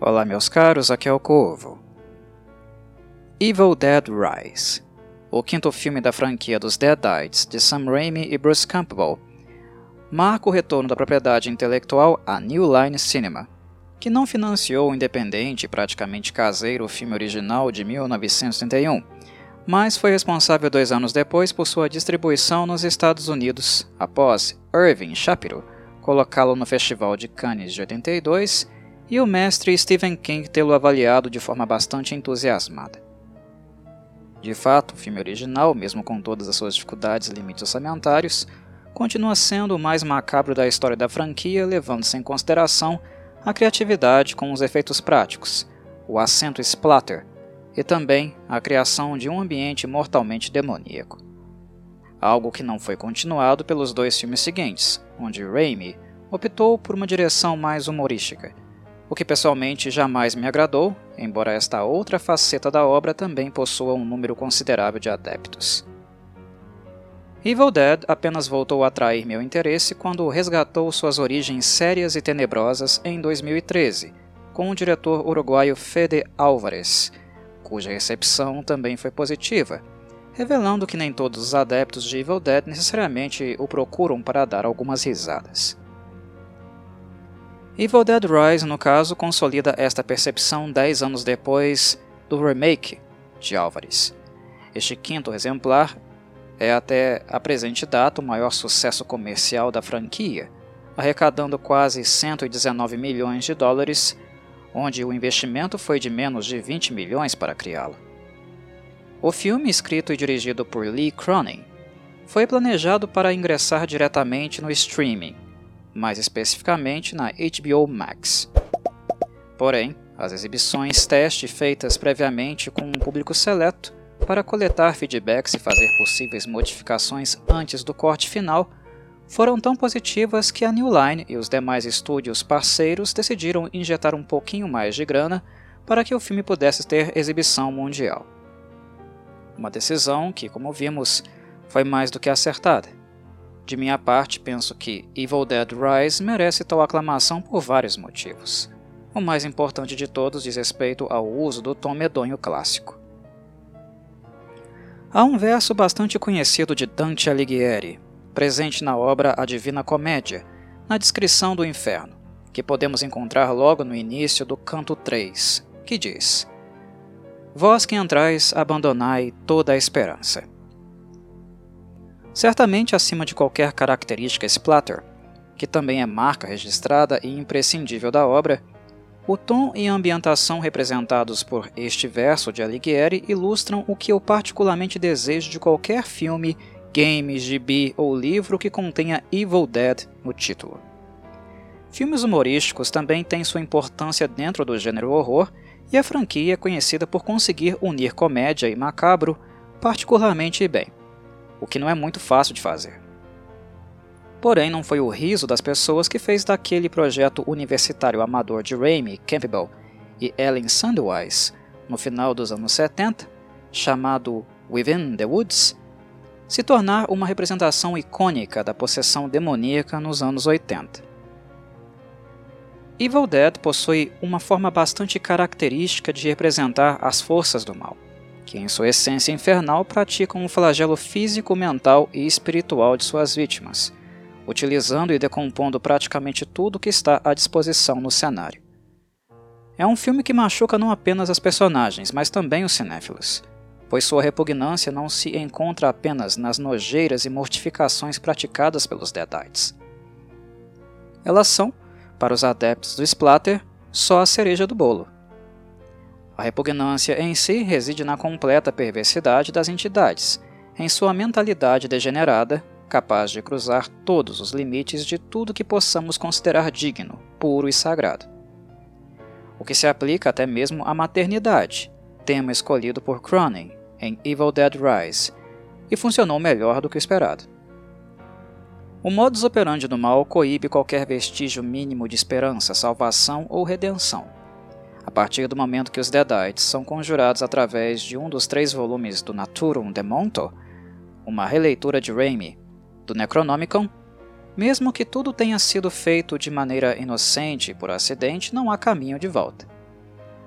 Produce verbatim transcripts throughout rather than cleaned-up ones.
Olá meus caros, aqui é o Corvo. Evil Dead Rise, o quinto filme da franquia dos Deadites de Sam Raimi e Bruce Campbell, marca o retorno da propriedade intelectual à New Line Cinema, que não financiou o independente e praticamente caseiro filme original de mil novecentos e trinta e um, mas foi responsável dois anos depois por sua distribuição nos Estados Unidos, após Irving Shapiro colocá-lo no Festival de Cannes de oitenta e dois e o mestre Stephen King tê-lo avaliado de forma bastante entusiasmada. De fato, o filme original, mesmo com todas as suas dificuldades e limites orçamentários, continua sendo o mais macabro da história da franquia, levando-se em consideração a criatividade com os efeitos práticos, o acento splatter e também a criação de um ambiente mortalmente demoníaco. Algo que não foi continuado pelos dois filmes seguintes, onde Raimi optou por uma direção mais humorística, o que pessoalmente jamais me agradou, embora esta outra faceta da obra também possua um número considerável de adeptos. Evil Dead apenas voltou a atrair meu interesse quando resgatou suas origens sérias e tenebrosas em dois mil e treze, com o diretor uruguaio Fede Álvares, cuja recepção também foi positiva, revelando que nem todos os adeptos de Evil Dead necessariamente o procuram para dar algumas risadas. Evil Dead Rise, no caso, consolida esta percepção dez anos depois do remake de Álvares. Este quinto exemplar é até a presente data o maior sucesso comercial da franquia, arrecadando quase cento e dezenove milhões de dólares, onde o investimento foi de menos de vinte milhões para criá-lo. O filme, escrito e dirigido por Lee Cronin, foi planejado para ingressar diretamente no streaming, mais especificamente na H B O Max. Porém, as exibições teste feitas previamente com um público seleto para coletar feedbacks e fazer possíveis modificações antes do corte final foram tão positivas que a New Line e os demais estúdios parceiros decidiram injetar um pouquinho mais de grana para que o filme pudesse ter exibição mundial. Uma decisão que, como vimos, foi mais do que acertada. De minha parte, penso que Evil Dead Rise merece tal aclamação por vários motivos. O mais importante de todos diz respeito ao uso do tom medonho clássico. Há um verso bastante conhecido de Dante Alighieri, presente na obra A Divina Comédia, na descrição do inferno, que podemos encontrar logo no início do canto três, que diz: Vós que entrais, abandonai toda a esperança. Certamente acima de qualquer característica splatter, que também é marca registrada e imprescindível da obra, o tom e a ambientação representados por este verso de Alighieri ilustram o que eu particularmente desejo de qualquer filme, game, gibi ou livro que contenha Evil Dead no título. Filmes humorísticos também têm sua importância dentro do gênero horror, e a franquia é conhecida por conseguir unir comédia e macabro particularmente bem, o que não é muito fácil de fazer. Porém, não foi o riso das pessoas que fez daquele projeto universitário amador de Raimi Campbell e Ellen Sandweiss, no final dos anos setenta, chamado Within the Woods, se tornar uma representação icônica da possessão demoníaca nos anos oitenta. Evil Dead possui uma forma bastante característica de representar as forças do mal, que em sua essência infernal praticam um flagelo físico, mental e espiritual de suas vítimas, utilizando e decompondo praticamente tudo que está à disposição no cenário. É um filme que machuca não apenas as personagens, mas também os cinéfilos, pois sua repugnância não se encontra apenas nas nojeiras e mortificações praticadas pelos Deadites. Elas são, para os adeptos do splatter, só a cereja do bolo. A repugnância em si reside na completa perversidade das entidades, em sua mentalidade degenerada, capaz de cruzar todos os limites de tudo que possamos considerar digno, puro e sagrado. O que se aplica até mesmo à maternidade, tema escolhido por Cronin em Evil Dead Rise, e funcionou melhor do que o esperado. O modus operandi do mal coíbe qualquer vestígio mínimo de esperança, salvação ou redenção. A partir do momento que os Deadites são conjurados através de um dos três volumes do Naturum Demonto, uma releitura de Raimi, do Necronomicon, mesmo que tudo tenha sido feito de maneira inocente e por acidente, não há caminho de volta.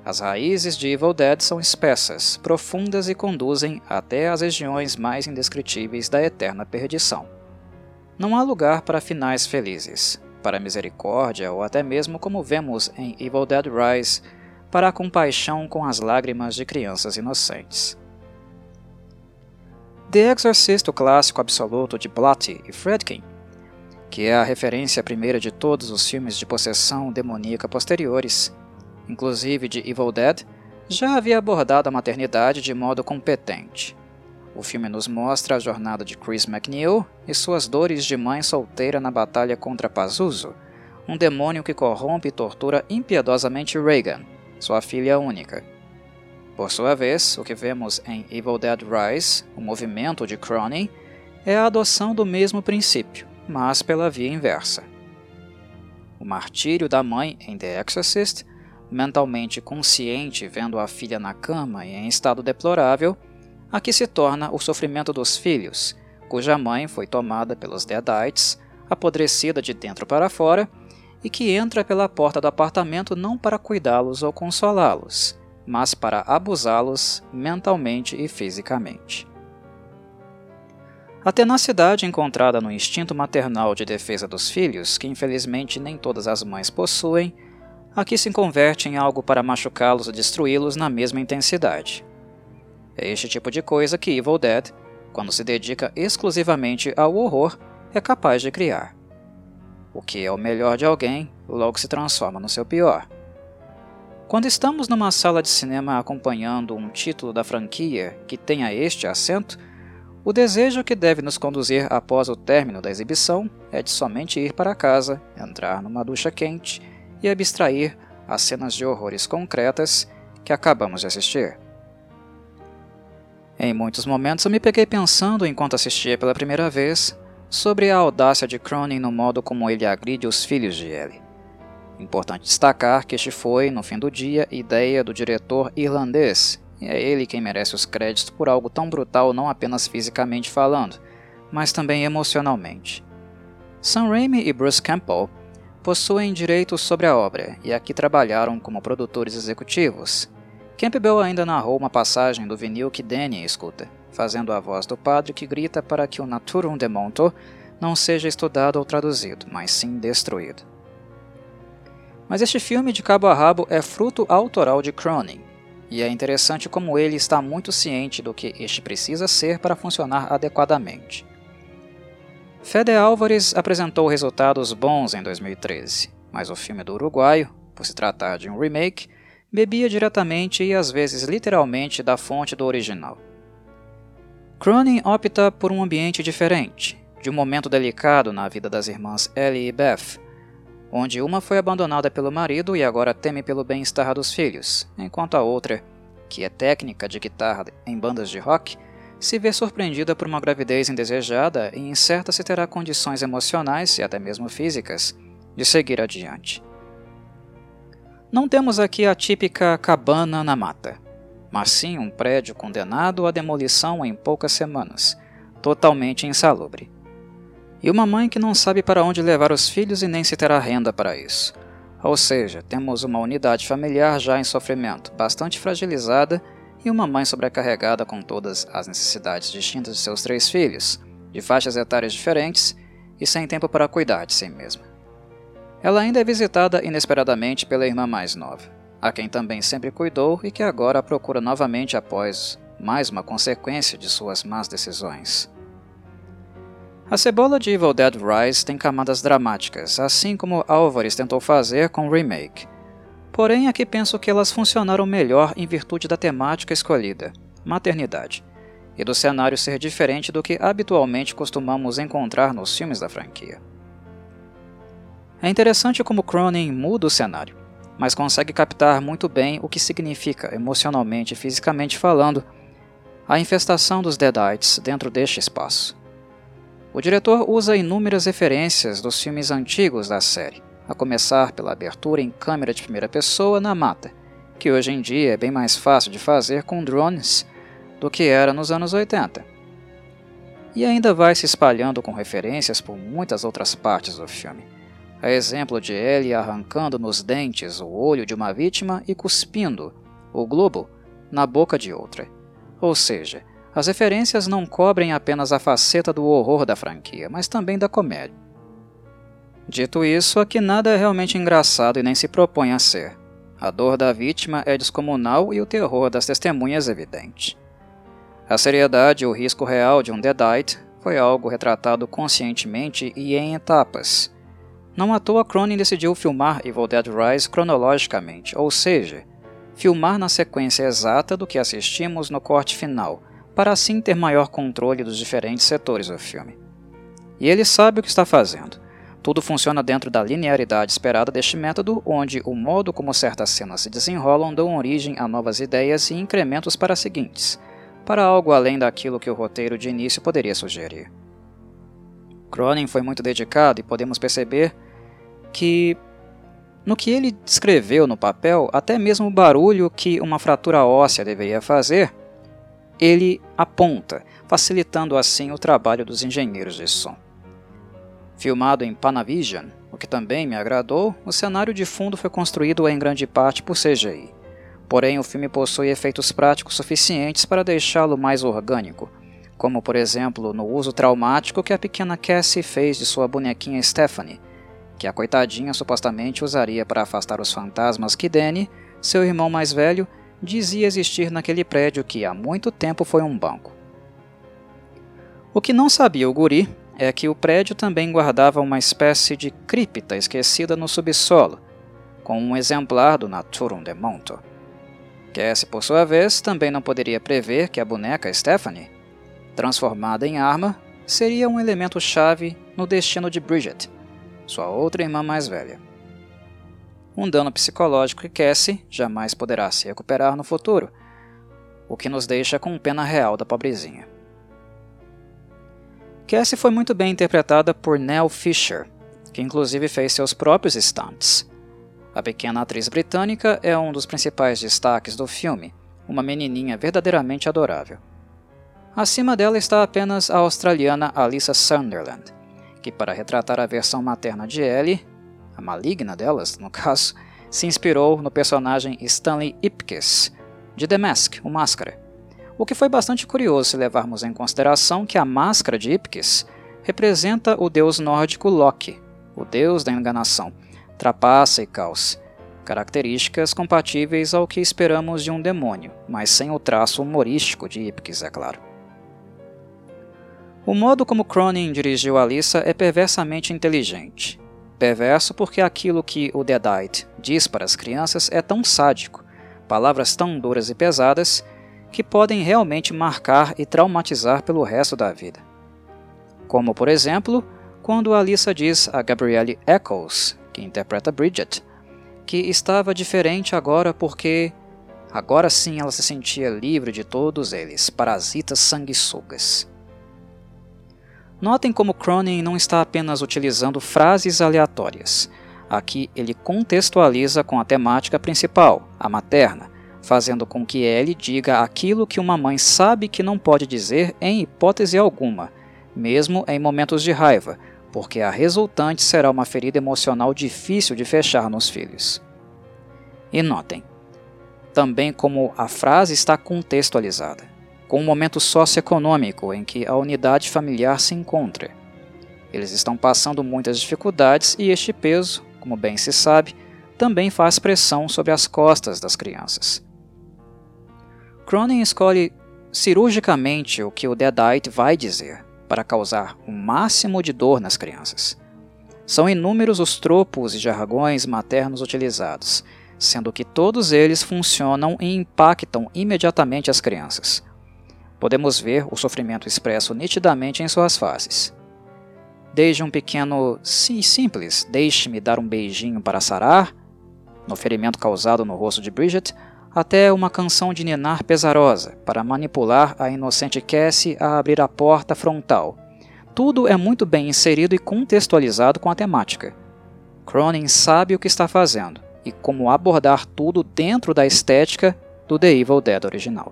As raízes de Evil Dead são espessas, profundas e conduzem até as regiões mais indescritíveis da eterna perdição. Não há lugar para finais felizes, para misericórdia ou até mesmo, como vemos em Evil Dead Rise, para a compaixão com as lágrimas de crianças inocentes. The Exorcist, o clássico absoluto de Blatty e Friedkin, que é a referência primeira de todos os filmes de possessão demoníaca posteriores, inclusive de Evil Dead, já havia abordado a maternidade de modo competente. O filme nos mostra a jornada de Chris MacNeil e suas dores de mãe solteira na batalha contra Pazuzu, um demônio que corrompe e tortura impiedosamente Regan, sua filha única. Por sua vez, o que vemos em Evil Dead Rise, o movimento de Cronin, é a adoção do mesmo princípio, mas pela via inversa. O martírio da mãe em The Exorcist, mentalmente consciente vendo a filha na cama e em estado deplorável, aqui se torna o sofrimento dos filhos, cuja mãe foi tomada pelos Deadites, apodrecida de dentro para fora, e que entra pela porta do apartamento não para cuidá-los ou consolá-los, mas para abusá-los mentalmente e fisicamente. A tenacidade encontrada no instinto maternal de defesa dos filhos, que infelizmente nem todas as mães possuem, aqui se converte em algo para machucá-los e destruí-los na mesma intensidade. É este tipo de coisa que Evil Dead, quando se dedica exclusivamente ao horror, é capaz de criar. O que é o melhor de alguém, logo se transforma no seu pior. Quando estamos numa sala de cinema acompanhando um título da franquia que tenha este acento, o desejo que deve nos conduzir após o término da exibição é de somente ir para casa, entrar numa ducha quente e abstrair as cenas de horrores concretas que acabamos de assistir. Em muitos momentos eu me peguei pensando, enquanto assistia pela primeira vez, sobre a audácia de Cronin no modo como ele agride os filhos de Ellie. Importante destacar que este foi, no fim do dia, ideia do diretor irlandês, e é ele quem merece os créditos por algo tão brutal não apenas fisicamente falando, mas também emocionalmente. Sam Raimi e Bruce Campbell possuem direitos sobre a obra e aqui trabalharam como produtores executivos. Campbell ainda narrou uma passagem do vinil que Danny escuta, fazendo a voz do padre que grita para que o Naturum de Monto não seja estudado ou traduzido, mas sim destruído. Mas este filme de cabo a rabo é fruto autoral de Cronin, e é interessante como ele está muito ciente do que este precisa ser para funcionar adequadamente. Fede Álvares apresentou resultados bons em dois mil e treze, mas o filme do uruguaio, por se tratar de um remake, bebia diretamente e às vezes literalmente da fonte do original. Cronin opta por um ambiente diferente, de um momento delicado na vida das irmãs Ellie e Beth, onde uma foi abandonada pelo marido e agora teme pelo bem-estar dos filhos, enquanto a outra, que é técnica de guitarra em bandas de rock, se vê surpreendida por uma gravidez indesejada e incerta se terá condições emocionais e até mesmo físicas de seguir adiante. Não temos aqui a típica cabana na mata, mas sim um prédio condenado à demolição em poucas semanas, totalmente insalubre. E uma mãe que não sabe para onde levar os filhos e nem se terá renda para isso. Ou seja, temos uma unidade familiar já em sofrimento, bastante fragilizada, e uma mãe sobrecarregada com todas as necessidades distintas de seus três filhos, de faixas etárias diferentes e sem tempo para cuidar de si mesma. Ela ainda é visitada inesperadamente pela irmã mais nova, a quem também sempre cuidou e que agora a procura novamente após mais uma consequência de suas más decisões. A cebola de Evil Dead Rise tem camadas dramáticas, assim como Álvares tentou fazer com o remake. Porém, aqui penso que elas funcionaram melhor em virtude da temática escolhida, maternidade, e do cenário ser diferente do que habitualmente costumamos encontrar nos filmes da franquia. É interessante como Cronin muda o cenário, mas consegue captar muito bem o que significa, emocionalmente e fisicamente falando, a infestação dos Deadites dentro deste espaço. O diretor usa inúmeras referências dos filmes antigos da série, a começar pela abertura em câmera de primeira pessoa na mata, que hoje em dia é bem mais fácil de fazer com drones do que era nos anos oitenta. E ainda vai se espalhando com referências por muitas outras partes do filme. A exemplo de Ellie arrancando nos dentes o olho de uma vítima e cuspindo o globo na boca de outra. Ou seja, as referências não cobrem apenas a faceta do horror da franquia, mas também da comédia. Dito isso, aqui nada é realmente engraçado e nem se propõe a ser. A dor da vítima é descomunal e o terror das testemunhas evidente. A seriedade e o risco real de um deadite foi algo retratado conscientemente e em etapas. Não à toa Cronin decidiu filmar Evil Dead Rise cronologicamente, ou seja, filmar na sequência exata do que assistimos no corte final, para assim ter maior controle dos diferentes setores do filme. E ele sabe o que está fazendo. Tudo funciona dentro da linearidade esperada deste método, onde o modo como certas cenas se desenrolam dão origem a novas ideias e incrementos para as seguintes, para algo além daquilo que o roteiro de início poderia sugerir. Cronin foi muito dedicado e podemos perceber que, no que ele descreveu no papel, até mesmo o barulho que uma fratura óssea deveria fazer, ele aponta, facilitando assim o trabalho dos engenheiros de som. Filmado em Panavision, o que também me agradou, o cenário de fundo foi construído em grande parte por C G I. Porém, o filme possui efeitos práticos suficientes para deixá-lo mais orgânico, como por exemplo no uso traumático que a pequena Cassie fez de sua bonequinha Stephanie, que a coitadinha supostamente usaria para afastar os fantasmas que Danny, seu irmão mais velho, dizia existir naquele prédio que há muito tempo foi um banco. O que não sabia o guri é que o prédio também guardava uma espécie de cripta esquecida no subsolo, com um exemplar do Naturum de Monto. Cassie, por sua vez, também não poderia prever que a boneca Stephanie, transformada em arma, seria um elemento-chave no destino de Bridget, sua outra irmã mais velha. Um dano psicológico que Cassie jamais poderá se recuperar no futuro, o que nos deixa com pena real da pobrezinha. Cassie foi muito bem interpretada por Nell Fisher, que inclusive fez seus próprios stunts. A pequena atriz britânica é um dos principais destaques do filme, uma menininha verdadeiramente adorável. Acima dela está apenas a australiana Alyssa Sunderland, que para retratar a versão materna de Ellie, a maligna delas, no caso, se inspirou no personagem Stanley Ipkiss, de The Mask, o Máscara. O que foi bastante curioso se levarmos em consideração que a máscara de Ipkiss representa o deus nórdico Loki, o deus da enganação, trapaça e caos, características compatíveis ao que esperamos de um demônio, mas sem o traço humorístico de Ipkiss, é claro. O modo como Cronin dirigiu Alyssa é perversamente inteligente. Perverso porque aquilo que o Deadite diz para as crianças é tão sádico, palavras tão duras e pesadas, que podem realmente marcar e traumatizar pelo resto da vida. Como, por exemplo, quando Alyssa diz a Gabrielle Eccles, que interpreta Bridget, que estava diferente agora porque, agora sim ela se sentia livre de todos eles, parasitas sanguessugas. Notem como Cronin não está apenas utilizando frases aleatórias. Aqui ele contextualiza com a temática principal, a materna, fazendo com que Ellie diga aquilo que uma mãe sabe que não pode dizer em hipótese alguma, mesmo em momentos de raiva, porque a resultante será uma ferida emocional difícil de fechar nos filhos. E notem, também como a frase está contextualizada, com o momento socioeconômico em que a unidade familiar se encontra. Eles estão passando muitas dificuldades e este peso, como bem se sabe, também faz pressão sobre as costas das crianças. Cronin escolhe cirurgicamente o que o Deadite vai dizer, para causar o máximo de dor nas crianças. São inúmeros os tropos e jargões maternos utilizados, sendo que todos eles funcionam e impactam imediatamente as crianças. Podemos ver o sofrimento expresso nitidamente em suas faces. Desde um pequeno sim simples, deixe-me dar um beijinho para sarar, no ferimento causado no rosto de Bridget, até uma canção de ninar pesarosa para manipular a inocente Cassie a abrir a porta frontal. Tudo é muito bem inserido e contextualizado com a temática. Cronin sabe o que está fazendo e como abordar tudo dentro da estética do The Evil Dead original.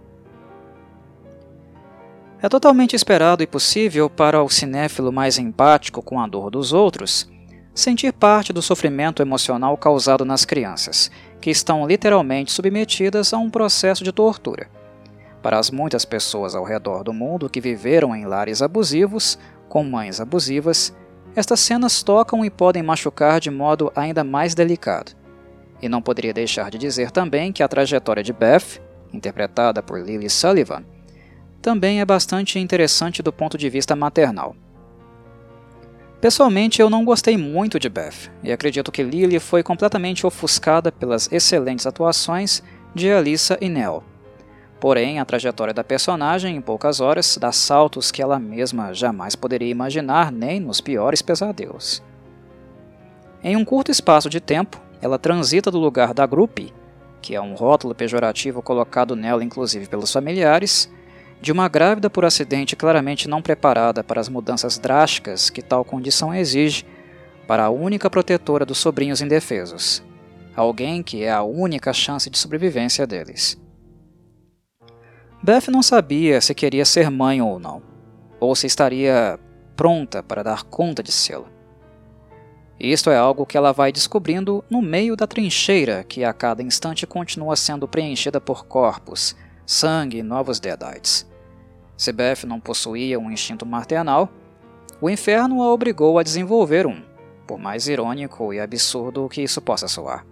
É totalmente esperado e possível para o cinéfilo mais empático com a dor dos outros sentir parte do sofrimento emocional causado nas crianças, que estão literalmente submetidas a um processo de tortura. Para as muitas pessoas ao redor do mundo que viveram em lares abusivos, com mães abusivas, estas cenas tocam e podem machucar de modo ainda mais delicado. E não poderia deixar de dizer também que a trajetória de Beth, interpretada por Lily Sullivan, também é bastante interessante do ponto de vista maternal. Pessoalmente, eu não gostei muito de Beth, e acredito que Lily foi completamente ofuscada pelas excelentes atuações de Alyssa e Nell. Porém, a trajetória da personagem, em poucas horas, dá saltos que ela mesma jamais poderia imaginar nem nos piores pesadelos. Em um curto espaço de tempo, ela transita do lugar da groupie, que é um rótulo pejorativo colocado nela inclusive pelos familiares, de uma grávida por acidente claramente não preparada para as mudanças drásticas que tal condição exige, para a única protetora dos sobrinhos indefesos, alguém que é a única chance de sobrevivência deles. Beth não sabia se queria ser mãe ou não, ou se estaria pronta para dar conta de sê-lo. Isto é algo que ela vai descobrindo no meio da trincheira que a cada instante continua sendo preenchida por corpos, sangue e novos Deadites. Se Beth não possuía um instinto maternal, o inferno a obrigou a desenvolver um, por mais irônico e absurdo que isso possa soar.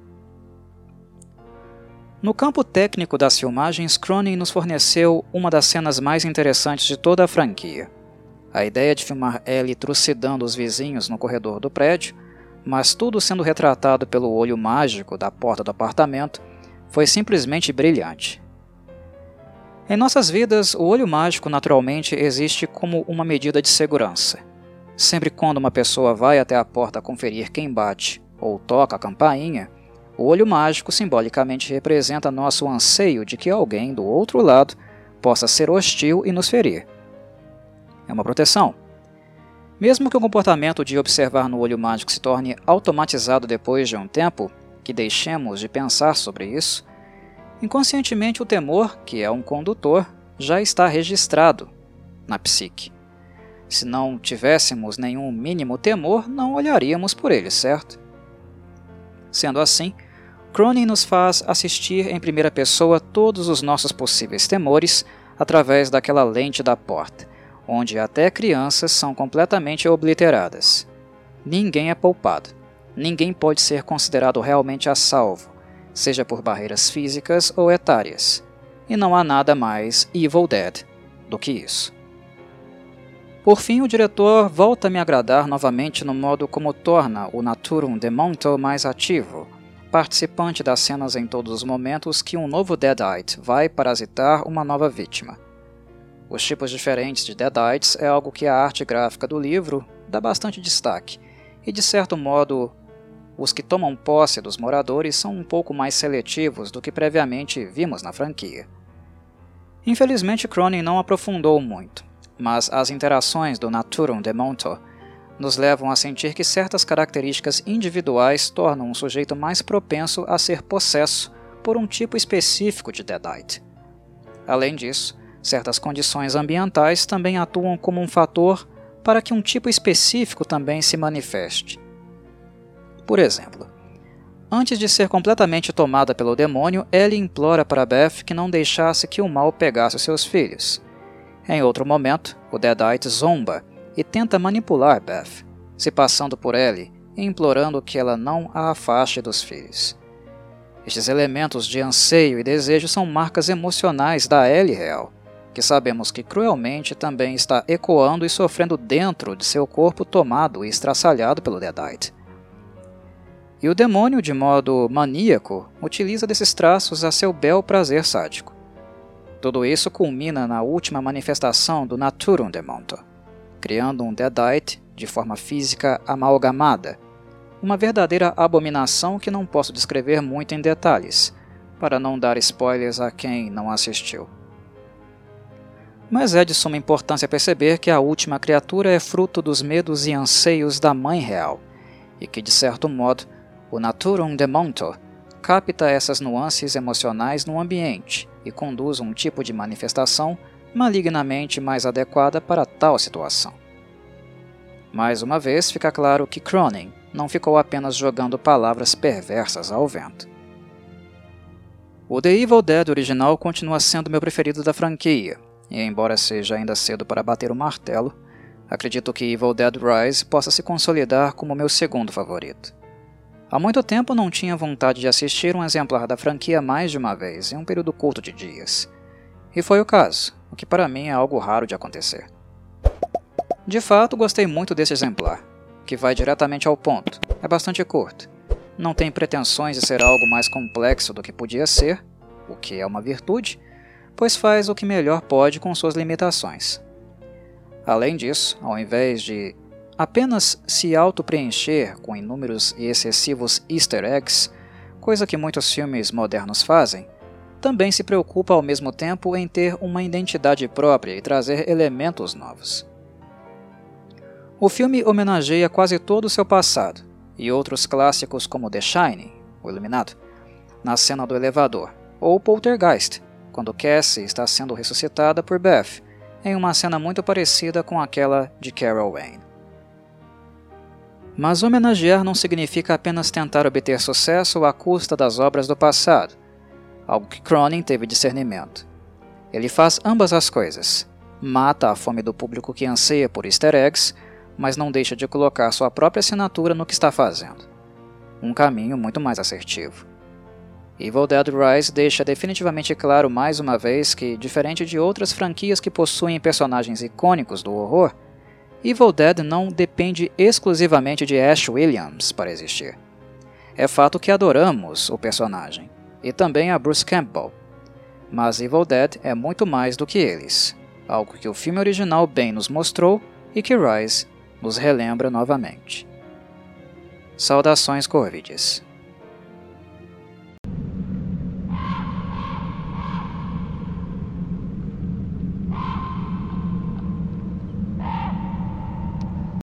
No campo técnico das filmagens, Cronin nos forneceu uma das cenas mais interessantes de toda a franquia. A ideia de filmar Ellie trucidando os vizinhos no corredor do prédio, mas tudo sendo retratado pelo olho mágico da porta do apartamento, foi simplesmente brilhante. Em nossas vidas, o olho mágico naturalmente existe como uma medida de segurança. Sempre quando uma pessoa vai até a porta conferir quem bate ou toca a campainha, o olho mágico simbolicamente representa nosso anseio de que alguém do outro lado possa ser hostil e nos ferir. É uma proteção. Mesmo que o comportamento de observar no olho mágico se torne automatizado depois de um tempo, que deixemos de pensar sobre isso, inconscientemente o temor, que é um condutor, já está registrado na psique. Se não tivéssemos nenhum mínimo temor, não olharíamos por ele, certo? Sendo assim, Cronin nos faz assistir em primeira pessoa todos os nossos possíveis temores através daquela lente da porta, onde até crianças são completamente obliteradas. Ninguém é poupado. Ninguém pode ser considerado realmente a salvo, seja por barreiras físicas ou etárias. E não há nada mais Evil Dead do que isso. Por fim, o diretor volta a me agradar novamente no modo como torna o Naturum Demonto mais ativo, participante das cenas em todos os momentos que um novo Deadite vai parasitar uma nova vítima. Os tipos diferentes de Deadites é algo que a arte gráfica do livro dá bastante destaque, e de certo modo, os que tomam posse dos moradores são um pouco mais seletivos do que previamente vimos na franquia. Infelizmente, Cronin não aprofundou muito, mas as interações do Naturum Demonto nos levam a sentir que certas características individuais tornam um sujeito mais propenso a ser possesso por um tipo específico de Deadite. Além disso, certas condições ambientais também atuam como um fator para que um tipo específico também se manifeste. Por exemplo, antes de ser completamente tomada pelo demônio, Ellie implora para Beth que não deixasse que o mal pegasse seus filhos. Em outro momento, o Deadite zomba e tenta manipular Beth, se passando por Ellie e implorando que ela não a afaste dos filhos. Estes elementos de anseio e desejo são marcas emocionais da Ellie real, que sabemos que cruelmente também está ecoando e sofrendo dentro de seu corpo tomado e estraçalhado pelo Deadite. E o demônio, de modo maníaco, utiliza desses traços a seu bel prazer sádico. Tudo isso culmina na última manifestação do Naturum Demonto, criando um Deadite de forma física amalgamada, uma verdadeira abominação que não posso descrever muito em detalhes, para não dar spoilers a quem não assistiu. Mas é de suma importância perceber que a última criatura é fruto dos medos e anseios da mãe real, e que, de certo modo, o Naturum Demonto capta essas nuances emocionais no ambiente e conduz um tipo de manifestação malignamente mais adequada para tal situação. Mais uma vez, fica claro que Cronin não ficou apenas jogando palavras perversas ao vento. O The Evil Dead original continua sendo meu preferido da franquia, e embora seja ainda cedo para bater o martelo, acredito que Evil Dead Rise possa se consolidar como meu segundo favorito. Há muito tempo não tinha vontade de assistir um exemplar da franquia mais de uma vez em um período curto de dias. E foi o caso, o que para mim é algo raro de acontecer. De fato, gostei muito desse exemplar, que vai diretamente ao ponto, é bastante curto. Não tem pretensões de ser algo mais complexo do que podia ser, o que é uma virtude, pois faz o que melhor pode com suas limitações. Além disso, ao invés de apenas se auto-preencher com inúmeros e excessivos easter eggs, coisa que muitos filmes modernos fazem, também se preocupa ao mesmo tempo em ter uma identidade própria e trazer elementos novos. O filme homenageia quase todo o seu passado, e outros clássicos como The Shining, o Iluminado, na cena do elevador, ou Poltergeist, quando Cassie está sendo ressuscitada por Beth, em uma cena muito parecida com aquela de Carol Wayne. Mas homenagear não significa apenas tentar obter sucesso à custa das obras do passado, algo que Cronin teve discernimento. Ele faz ambas as coisas, mata a fome do público que anseia por easter eggs, mas não deixa de colocar sua própria assinatura no que está fazendo. Um caminho muito mais assertivo. Evil Dead Rise deixa definitivamente claro mais uma vez que, diferente de outras franquias que possuem personagens icônicos do horror, Evil Dead não depende exclusivamente de Ash Williams para existir. É fato que adoramos o personagem, e também a Bruce Campbell. Mas Evil Dead é muito mais do que eles, algo que o filme original bem nos mostrou e que Rise nos relembra novamente. Saudações Corvides.